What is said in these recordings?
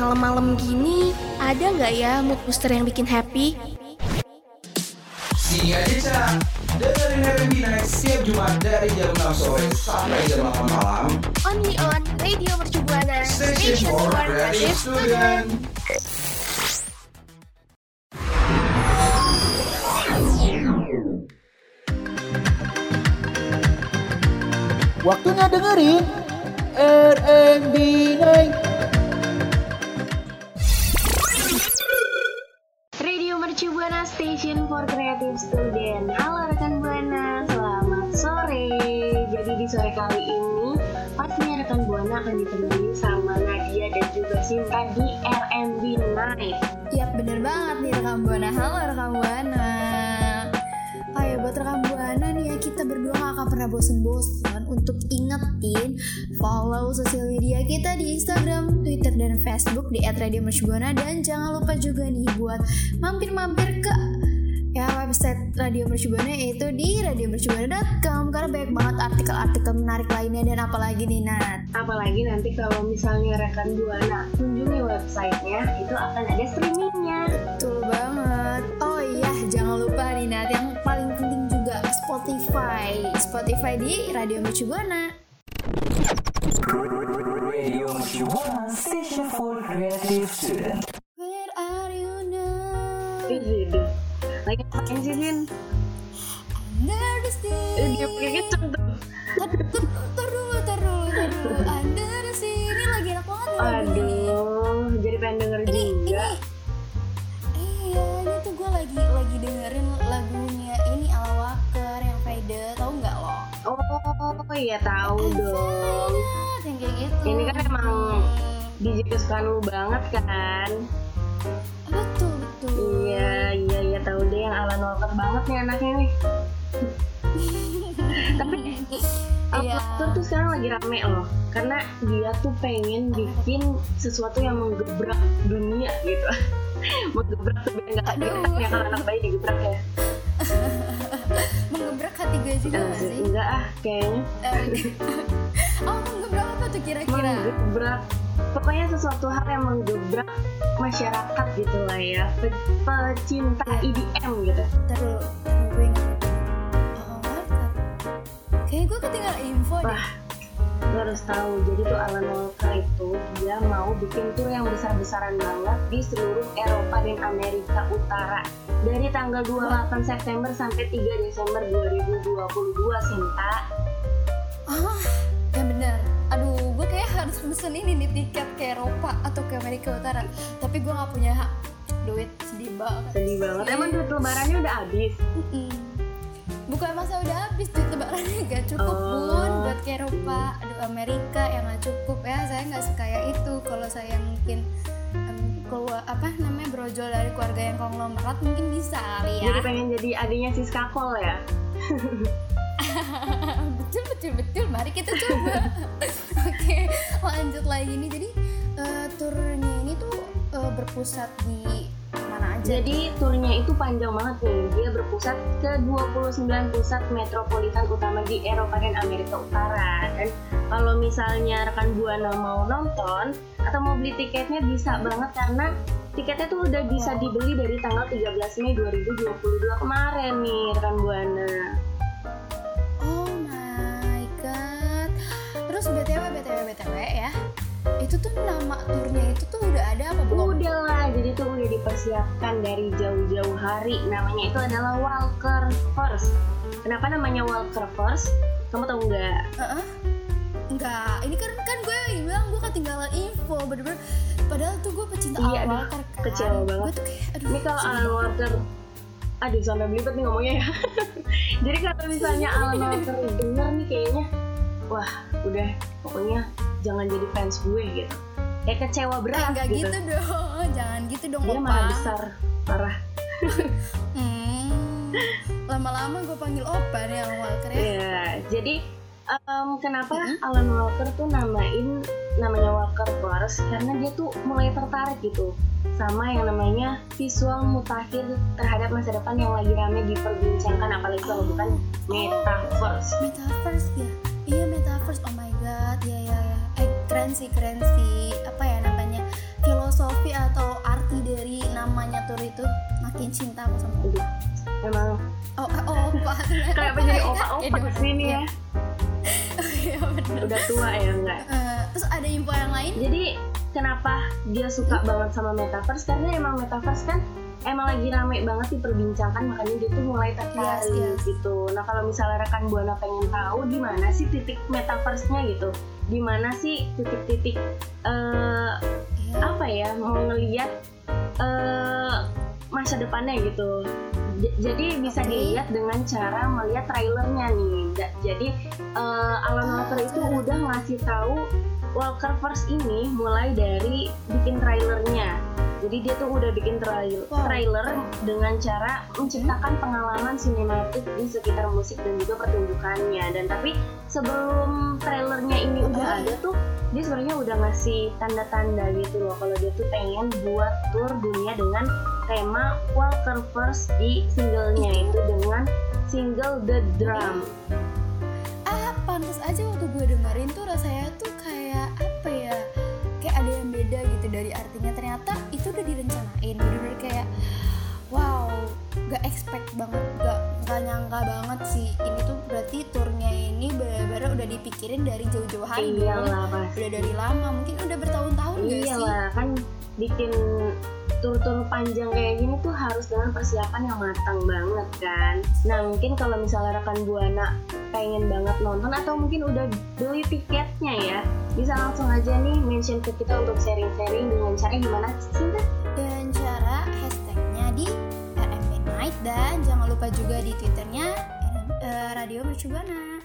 malam-malam gini, ada nggak ya mood booster yang bikin happy? Sini aja Cak, dengerin R&B Night setiap Jumat dari jam 6 sore sampai jam 8 malam. Only on Radio Mercu Buana, Station for Creative Student. Waktunya dengerin R&B Night. Radio Mercu Buana, Station for Creative Student. Halo rekan Buana, selamat sore. Jadi di sore kali ini pastinya rekan Buana akan ditemani sama Nadia dan juga Sinta di R&B Night. Yap, bener banget nih rekan Buana. Halo rekan Buana. Ayo buat rekan Buana nih ya, kita berdua gak akan pernah bosen-bosen untuk ingetin follow sosial media kita di Instagram, Twitter, dan Facebook di @radiomercubuana. Dan jangan lupa juga nih buat mampir-mampir ke website Radio Mercu Buana, yaitu di radiomercubuana.com, karena banyak banget artikel-artikel menarik lainnya. Dan apalagi nih Nat, Apalagi nanti kalau misalnya rekan Buana kunjungi websitenya, itu akan ada streamingnya. betul banget. Oh iya, jangan lupa nih Nat, yang paling penting juga Spotify di Radio Mercu Buana. Radio Mercu Buana, Station for Creative Student. Where are you now? Lagi ngapain sih, Sin? Under the sea. Dia pakai kenceng tuh. Tar dulu. Under the sea. Ini lagi enak banget nih lagu ini. Aduh, jadi pengen denger Ini. juga. Iya, ini tuh gue lagi dengerin lagunya ini Ala Walker yang Fade, tahu nggak lo? Oh iya, tahu dong. Yang kayak gitu. Ini kan emang DJ kesukaan lu banget kan? Betul. Iya, tahu deh, yang Alan Walker banget nih anaknya nih. Tapi Alan Iya. Walker tuh sekarang lagi rame loh, karena dia tuh pengen bikin sesuatu yang menggebrak dunia gitu. Menggebrak tuh biar nggak kelihatan ya kalau anak bayi digebrak ya. Menggebrak hati gue juga nggak sih? Enggak kayaknya. Oh, menggebrak apa tuh kira-kira? Menggebrak, pokoknya sesuatu hal yang menggebrak masyarakat gitu lah ya, pecinta EDM gitu. Taruh gue ingat. Oh, Walker. Kayaknya gue ketinggalan info deh. Wah, lo harus tahu, jadi tuh Alan Walker itu dia mau bikin tour yang besar-besaran banget di seluruh Eropa dan Amerika Utara dari tanggal 28 September sampai 3 Desember 2022, Sinta. Ya benar. Aduh, gue kayak harus pesen ini nih, tiket ke Eropa atau ke Amerika Utara. Tapi gue nggak punya duit, sedih banget. Sedih banget, emang duit lebarannya udah habis? Bukan masa udah habis, duit lebarannya gak cukup bun buat ke Eropa. Aduh, Amerika yang gak cukup ya. Saya nggak sekaya itu. Kalau saya mungkin keluar brojol dari keluarga yang konglomerat, mungkin bisa kali ya. Jadi pengen jadi adiknya Siska Kol ya? betul, mari kita coba. Oke, lanjut lagi nih. Jadi turnya ini tuh berpusat di mana aja? Jadi turnya itu panjang banget nih. Dia berpusat ke 29 pusat metropolitan utama di Eropa dan Amerika Utara. Dan kalau misalnya rekan Buana mau nonton atau mau beli tiketnya, bisa banget karena tiketnya tuh udah bisa dibeli dari tanggal 13 Mei 2022 kemarin nih rekan Buana. Oh my god. Terus BTW ya, itu tuh nama turnya itu tuh udah ada apa belum? Udah lah, jadi tuh udah dipersiapkan dari jauh-jauh hari. Namanya itu adalah Walker First. Kenapa namanya Walker First? Kamu tahu nggak? Enggak, ini kan gue bilang gue ketinggalan info, bener-bener. Padahal tuh gue pecinta Alan Walker kan. Kecewa banget. Gue tuh kayak, aduh. Ini kalau Alan Walker, aduh sampai belibet nih ngomongnya ya. Jadi kalau misalnya Alan Walker denger nih kayaknya, wah udah pokoknya jangan jadi fans gue gitu. Kayak kecewa berat enggak gitu. gitu dong, jangan gitu dong. Dia Opa. marah besar, parah. Lama-lama gue panggil Opa nih Alan Walker ya. Iya, jadi kenapa Alan Walker tuh namanya Walker First? Karena dia tuh mulai tertarik gitu sama yang namanya visual mutakhir terhadap masa depan yang lagi rame diperbincangkan, apalagi kalau bukan metaverse. Metaverse ya? Iya, Metaverse, oh my god, ya. Keren sih, apa ya namanya, itu makin cinta aku sama Aduh, emang opa kayak apa jadi opa sih ini ya. Iya benar. Udah tua ya enggak? Terus ada info yang lain? Jadi kenapa dia suka banget sama Metaverse? Karena emang Metaverse kan emang lagi rame banget diperbincangkan, makanya dia tuh mulai tertarik Yes. gitu. Nah kalau misalnya rekan Buana pengen tahu di mana sih titik Metaverse-nya gitu, di mana sih titik-titik apa ya, mau ngelihat masa depannya gitu. Jadi bisa dilihat dengan cara melihat trailernya nih. Jadi Alan Walker itu udah ngasih tahu Walkerverse ini mulai dari bikin trailernya. Jadi dia tuh udah bikin trailer dengan cara menciptakan pengalaman sinematik di sekitar musik dan juga pertunjukannya. Dan tapi sebelum trailernya ini udah ada tuh, dia sebenarnya udah ngasih tanda-tanda gitu loh kalau dia tuh pengen buat tour dunia dengan tema Walkerverse di singlenya itu dengan single The Drum. Pantas aja waktu gue dengerin tuh rasanya tuh kayak apa ya, kayak ada yang beda gitu dari artinya. Ternyata itu udah direncanain, bener-bener kayak wow, gak expect banget, gak nyangka banget sih. Ini tuh berarti turnya ini bener-bener udah dipikirin dari jauh-jauh hari. Iyalah pasti. Udah dari lama, mungkin udah bertahun-tahun gak sih? Iyalah, kan bikin tur-tur panjang kayak gini tuh harus dengan persiapan yang matang banget kan. Nah mungkin kalau misalnya rekan Buana pengen banget nonton atau mungkin udah beli tiketnya ya, bisa langsung aja nih mention ke kita untuk sharing-sharing. Dengan cara gimana Sinta? Dan cara hashtagnya di RMB Night, dan jangan lupa juga di Twitternya Radio Mercu Buana.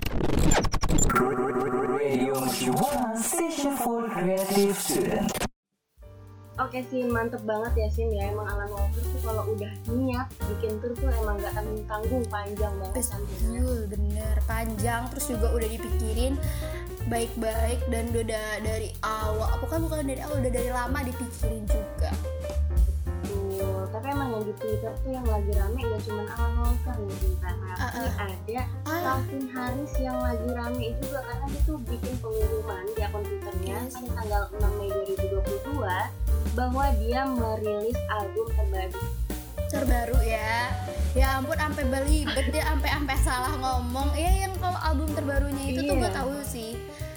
Radio Mercu Buana, station for creative student. Oke Sin, mantep banget ya Sin ya. Emang Alan Walker tuh kalau udah niat bikin tour tuh emang gak tanggung-tanggung, panjang banget kan. Betul, bener panjang, terus juga udah dipikirin baik-baik dan udah dari awal, bukan dari awal, udah dari lama dipikirin juga. Betul, tapi emang yang di Twitter tuh yang lagi rame gak cuma Alan Walker nih Sinta, tapi ada Calvin Harris yang lagi rame juga karena dia tuh bikin pengumuman di akun Twitternya pada tanggal 6 Mei 2022 bahwa dia merilis album terbaru ya ampun, sampai belibet dia, sampai salah ngomong ya. Yang kalau album terbarunya itu tuh gue tahu sih.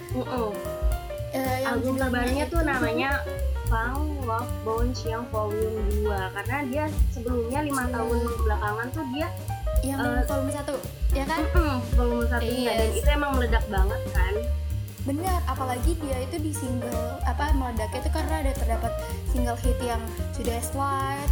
Album terbarunya tuh namanya Funk Love Bones yang volume 2, karena dia sebelumnya 5 tahun belakangan tuh dia yang volume 1 ya kan? Volume 1 dan itu emang meledak banget kan. Benar, apalagi dia itu di single meledaknya itu karena ada terdapat single hit yang Today's Light,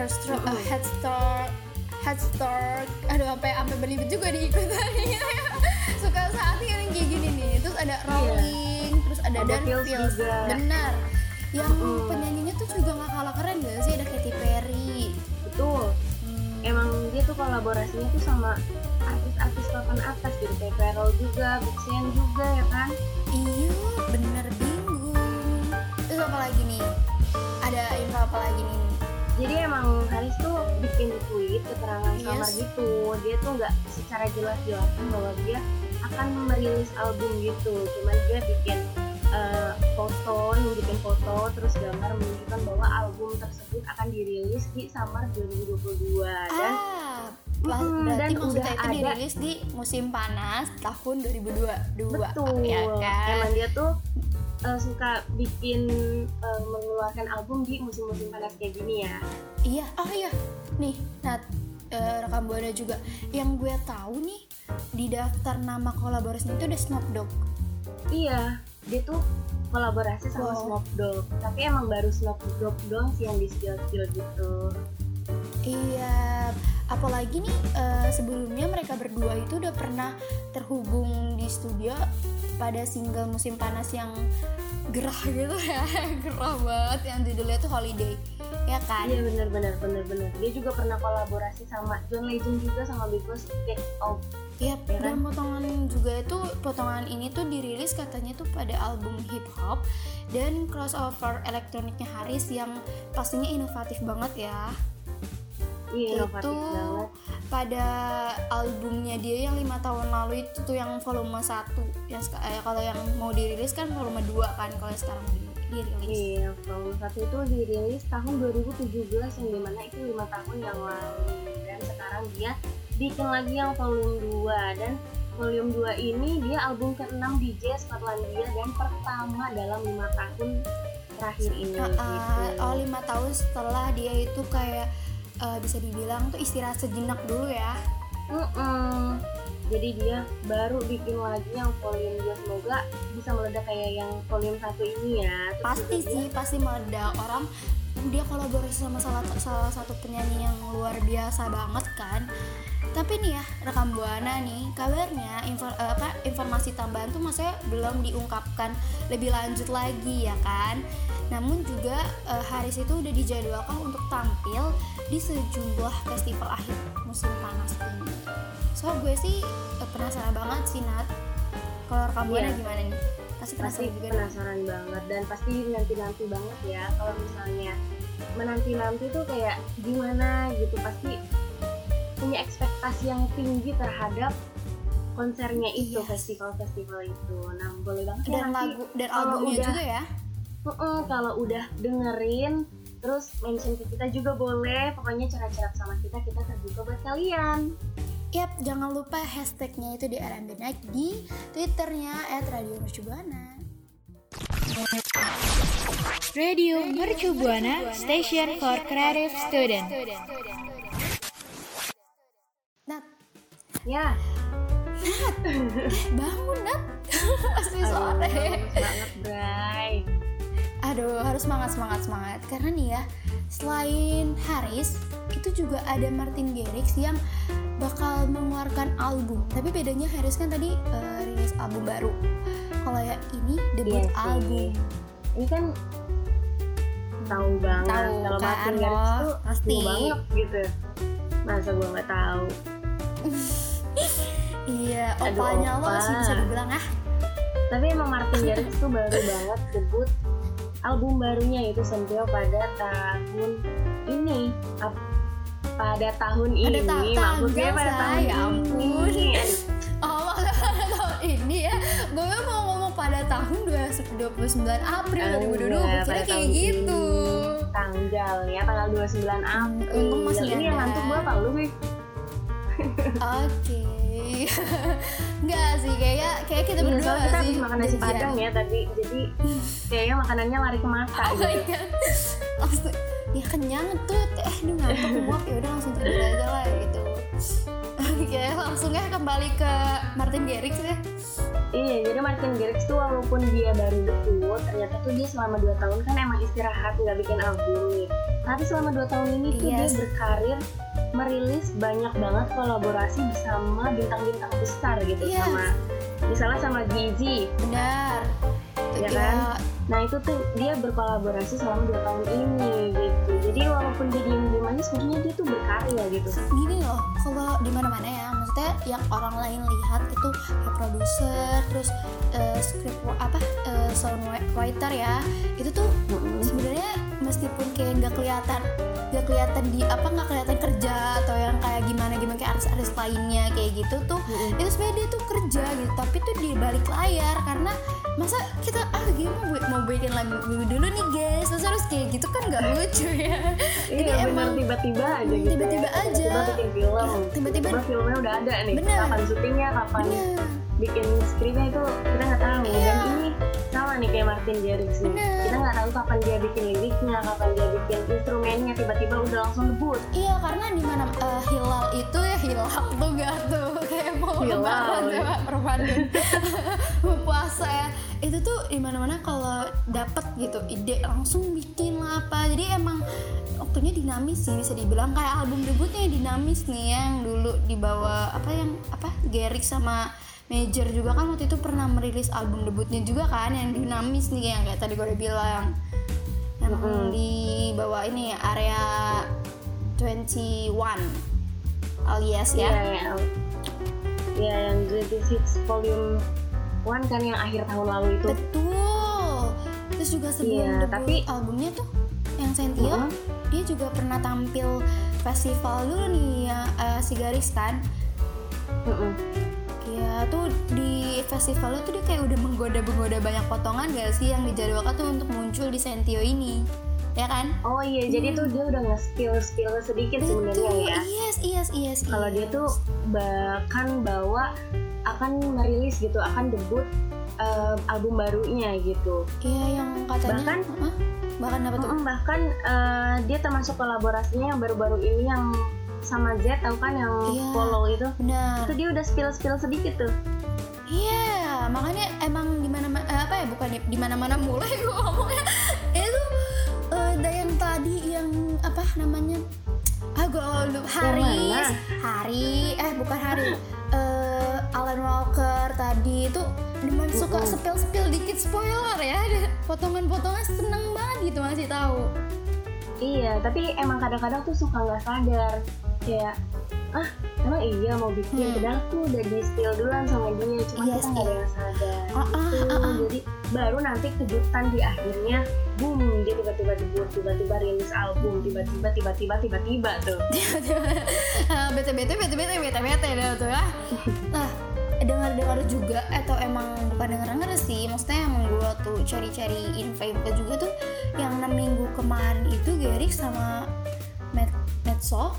Headstork, aduh sampai berlibet juga diikutannya. Suka saat yang kayak gini nih. Terus ada Rolling, terus ada Dan Feels, benar. Yang penyanyinya tuh juga nggak kalah keren gak sih? Ada Katy Perry. Betul. Emang dia tuh kolaborasinya tuh sama artis-artis papan atas gitu, kayak Pharrell juga, Big Sean juga ya kan. Iya, bener bingung. Terus apa lagi nih? Ada info apa lagi nih? Jadi emang Haris tuh bikin tweet keterangan samar gitu. Dia tuh nggak secara jelas-jelasin bahwa dia akan merilis album gitu. Cuman dia bikin nunjukin foto terus gambar menunjukkan bahwa album tersebut akan dirilis di summer 2022 dan berarti dan maksudnya udah itu ada dirilis di musim panas tahun 2022. Betul ya kan? Emang dia tuh suka bikin mengeluarkan album di musim-musim panas kayak gini ya. Iya, nih Nat, rekam Buana juga yang gue tahu nih di daftar nama kolaborasinya itu ada Snoop Dogg. Iya, dia tuh kolaborasi sama Snoop Dogg, tapi emang baru Snoop Dogg doang sih yang di spill gitu. Iya, apalagi nih sebelumnya mereka berdua itu udah pernah terhubung di studio pada single musim panas yang gerah gitu ya, gerah banget, yang judulnya tuh Holiday, ya kan? Iya benar. Dia juga pernah kolaborasi sama John Legend juga, sama Big Boss Take Off. Iya, dan potongan ini tuh dirilis katanya tuh pada album hip hop dan crossover elektroniknya Haris yang pastinya inovatif banget ya. Iya, inovatif banget. pada albumnya dia yang 5 tahun lalu itu tuh yang volume 1 yang kalau yang mau dirilis kan volume 2 kan kalau sekarang dirilis. Iya, volume 1 itu dirilis tahun 2017 yang dimana itu 5 tahun yang lalu, dan sekarang dia bikin lagi yang volume 2, dan volume 2 ini dia album ke-6 di jazz Skotlandia dan pertama dalam 5 tahun terakhir ini gitu. 5 tahun setelah dia itu kayak bisa dibilang tuh istirahat sejenak dulu ya. Jadi dia baru bikin lagi yang volume 2, semoga bisa meledak kayak yang volume 1 ini ya. Pasti meledak. Orang dia kolaborasi sama salah satu penyanyi yang luar biasa banget kan. Tapi nih ya rekam Buana nih, kabarnya informasi tambahan tuh maksudnya belum diungkapkan lebih lanjut lagi ya kan. Namun juga Haris itu udah dijadwalkan untuk tampil di sejumlah festival akhir musim panas ini. So gue sih penasaran banget sih Nat. Kalau rekam Buana gimana nih? Pasti penasaran banget, dan pasti nanti banget ya kalau misalnya menanti tuh kayak gimana gitu, pasti punya ekspektasi yang tinggi terhadap konsernya itu, festival-festival itu. Nah, boleh banget ya dan nanti lagu dan albumnya juga ya. Kalau udah dengerin terus mention ke kita juga boleh, pokoknya cerap-cerap sama kita terbuka buat kalian. Yap, jangan lupa hashtagnya itu di R&B Night di Twitternya @radiomercubuana. Radio Mercu Buana, Station for Creative Student. Nat. Ya. Nat. Bangun Nat. Masih sore. Semangat, Bray. Aduh, harus semangat karena nih ya, selain Haris, itu juga ada Martin Garrix yang bakal mengeluarkan album. Tapi bedanya Haris kan tadi rilis album baru. Kalau yang ini debut album. Ini kan tahu banget kalau kan, Martin Garrix tuh pasti banget gitu. Masa gue nggak tahu? Iya, opanya lo sih bisa dibilang ah. Tapi emang Martin Garrix tuh baru banget debut album barunya, yaitu Sentio pada tahun ini. Pada tahun ini, maksudnya pada tahun ya ampun. ini. Oh, pada tahun ini ya. Gue mau ngomong pada tahun 29 April 2020, kira kayak gitu. Tanggalnya tanggal 29 April. Untung masih ini yang ngantuk gue apa lu sih? Oke. Enggak sih, kayak kita berdua soalnya kita sih. habis makan nasi padang ya tadi, jadi kayaknya makanannya lari ke mata gitu. Langsung ya kenyang tuh, ini ngantuk muak, ya udah langsung tidur aja lah gitu. Oke, langsungnya kembali ke Martin Garrix ya. Iya, jadi Martin Garrix tuh walaupun dia baru debut, ternyata tuh dia selama 2 tahun kan emang istirahat nggak bikin album nih. Tapi selama 2 tahun ini tuh dia berkarir, merilis banyak banget kolaborasi sama bintang-bintang besar gitu, sama misalnya sama Jay-Z. Benar. Ya kan? Nah itu tuh dia berkolaborasi selama 2 tahun ini gitu. Jadi walaupun dia diem-diem aja, sebenarnya dia tuh berkarya gitu. Gini loh, kalau di mana-mana ya, maksudnya yang orang lain lihat itu ya produser, terus songwriter ya, itu tuh sebenarnya meskipun kayak nggak kelihatan kerja atau yang kayak gimana kayak artis-artis lainnya kayak gitu tuh, itu sebenarnya dia tuh kerja gitu, tapi tuh di balik layar. Karena masa kita mau bikin lagu dulu nih guys, terus harus kayak gitu kan nggak lucu ya. Jadi emang tiba-tiba aja gitu. Tiba-tiba aja. Bikin film. Tiba-tiba filmnya udah ada nih. Bener. Kapan syutingnya, kapan bikin skripnya itu kita nggak tahu. Dan ini sama nih kayak Martin Garrix nih. Kita nggak tahu kapan dia bikin liriknya, kapan dia bikin instrumennya, tiba-tiba udah langsung debut. Iya, karena di mana Hilal itu ya hilal tuh gak tuh kayak mau lebaran sama Ramadan puasa ya. Itu tuh di mana-mana kalau dapet gitu ide langsung bikin lah apa. Jadi emang waktunya dinamis sih, bisa dibilang kayak album debutnya dinamis nih, yang dulu dibawa Garrix sama Major juga kan waktu itu pernah merilis album debutnya juga kan yang dinamis nih, yang kayak tadi gue udah bilang yang dibawa ini area 21 alias ya. Iya, yang Greatest Hits Volume 1 kan yang akhir tahun lalu itu. Betul. Terus juga sebelum debut tapi albumnya tuh yang yang Sentio, dia juga pernah tampil festival dulu nih ya, si Garis kan. Ya tuh di festival itu dia kayak udah menggoda banyak potongan gak sih yang dijadwalkan tuh untuk muncul di Sentio ini, ya kan? Oh iya, jadi tuh dia udah nge-spill sedikit sebenarnya ya. Yes. Kalau dia tuh bahkan bawa akan merilis gitu, akan debut album barunya gitu. Iya, yang katanya bahkan apa tuh? Bahkan dia termasuk kolaborasinya yang baru-baru ini yang sama Z, tahu kan yang follow itu. Benar. Itu dia udah spill sedikit tuh. Iya, makanya emang di mana-mana mulai gue ngomongnya. Itu yang tadi yang apa namanya? Alan Walker tadi itu Diman suka spill dikit spoiler ya, potongan-potongan seneng banget gitu masih tahu. Iya, tapi emang kadang-kadang tuh suka nggak sadar kayak emang iya mau bikin, padahal tuh udah di spill duluan sama dia, cuma kita nggak ada yang sadar. Jadi baru nanti kejutan di akhirnya, boom, dia tiba-tiba debut, tiba-tiba rilis album, tiba-tiba tuh. Bete dah tuh ya. Nah, dengar juga atau emang bukan dengar sih, maksudnya emang gue tuh cari-cari info juga tuh yang 6 minggu kemarin itu Garis sama Mesto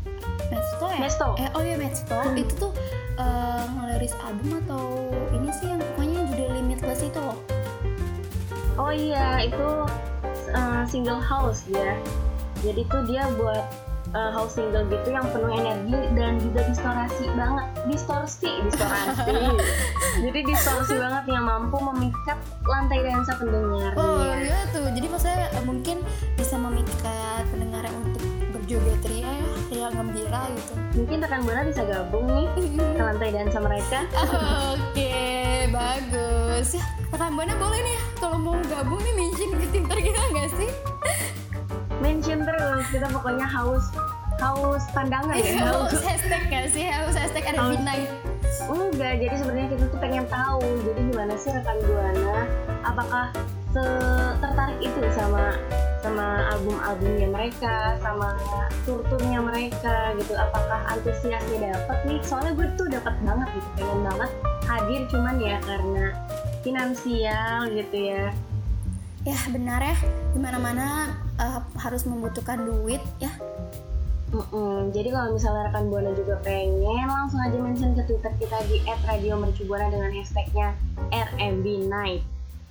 itu tuh ngeliris album atau ini sih yang pokoknya judul Limitless itu loh. Oh iya, itu single house ya. Jadi tuh dia buat house single gitu yang penuh energi dan juga distorsi. Jadi distorsi banget yang mampu memikat lantai dansa pendengarnya. Oh iya tuh, jadi maksudnya mungkin bisa memikat pendengar untuk berjoget ria ya, gembira gitu. Mungkin rekan Buana bisa gabung nih ke lantai dansa mereka. Oke, bagus ya. Rekan Buana boleh nih kalau mau gabung nih mention ke Twitter kita nggak sih? Mention terus, kita pokoknya haus pandangan ya. Haus hashtag nggak sih? Haus hashtag ada midnight. Enggak, jadi sebenarnya kita tuh pengen tahu, jadi gimana sih rekan Buana, apakah tertarik itu sama album-albumnya mereka, sama tur-turnya mereka gitu, apakah antusiasnya dapat nih? Soalnya gue tuh dapat banget gitu, pengen banget hadir, cuman ya karena finansial gitu ya. Ya benar ya, dimana-mana harus membutuhkan duit ya. Jadi kalau misalnya rekan Buana juga pengen, langsung aja mention ke Twitter kita di @radiomercubuana dengan hashtagnya RMB Night.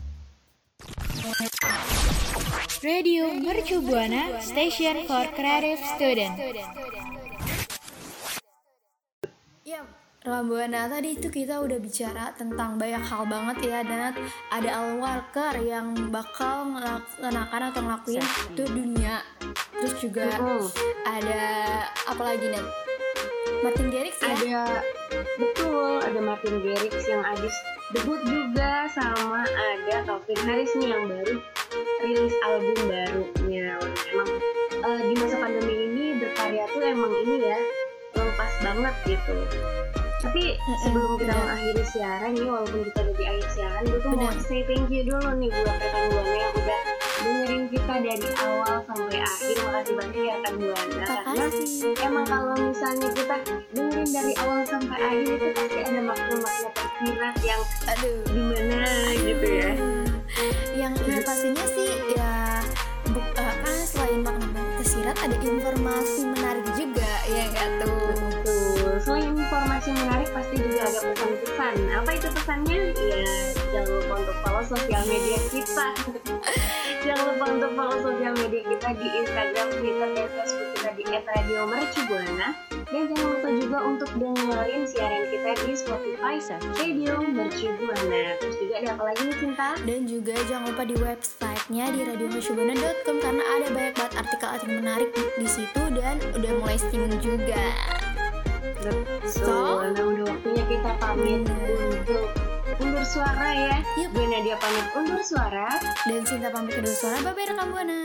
Radio Mercu Buana, Station for Creative Student. Ya, rekan Buana, tadi itu kita udah bicara tentang banyak hal banget ya, dan ada Alan Walker yang bakal ngelakuin itu dunia. Terus juga ada apa lagi nih? Martin Garrix ya? Ada Martin Garrix yang abis debut juga, sama ada Calvin Harris nih yang baru rilis album barunya. Emang di masa pandemi ini berkarya tuh emang ini ya, pas banget gitu. Tapi sebelum kita mengakhiri siaran nih, walaupun kita udah di akhir siaran, gue tuh mau say thank you dulu nih buat rekan Buana yang udah dengerin kita dari awal sampai akhir. Makasih banyak ya rekan Buana, karena emang kalau misalnya kita dengerin dari awal sampai akhir itu pasti ada makna-makna tersirat yang gimana gitu ya. Yang pastinya sih ya selain makna tersirat ada informasi menarik juga ya nggak tuh. Selain informasi menarik pasti juga ada pesan-pesan. Apa itu pesannya? Ya jangan lupa untuk follow sosial media kita. Jangan lupa untuk follow sosial media kita di Instagram, Twitter, dan Facebook kita di @radiomercubuana. Dan jangan lupa juga untuk dengerin siaran kita di Spotify Radio Mercu Buana. Terus juga ada apa lagi nih Cinta? Dan juga jangan lupa di websitenya di radiomercubuana.com, karena ada banyak banget artikel-artikel menarik di situ dan udah mulai streaming juga. So, nah udah waktunya kita pamit untuk undur suara ya. Gue Nadia pamit undur suara, dan Cinta pamit undur suara. Bye-bye rekan Buana.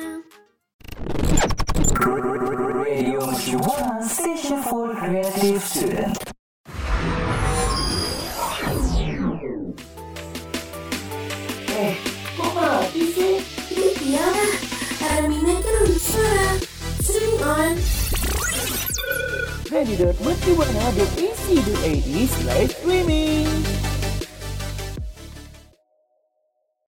Radio Mercu Buana, Station for Creative Student. Kok mati sih? Iya lah, RMB Night kan www.mercubuana.ac.id/streaming.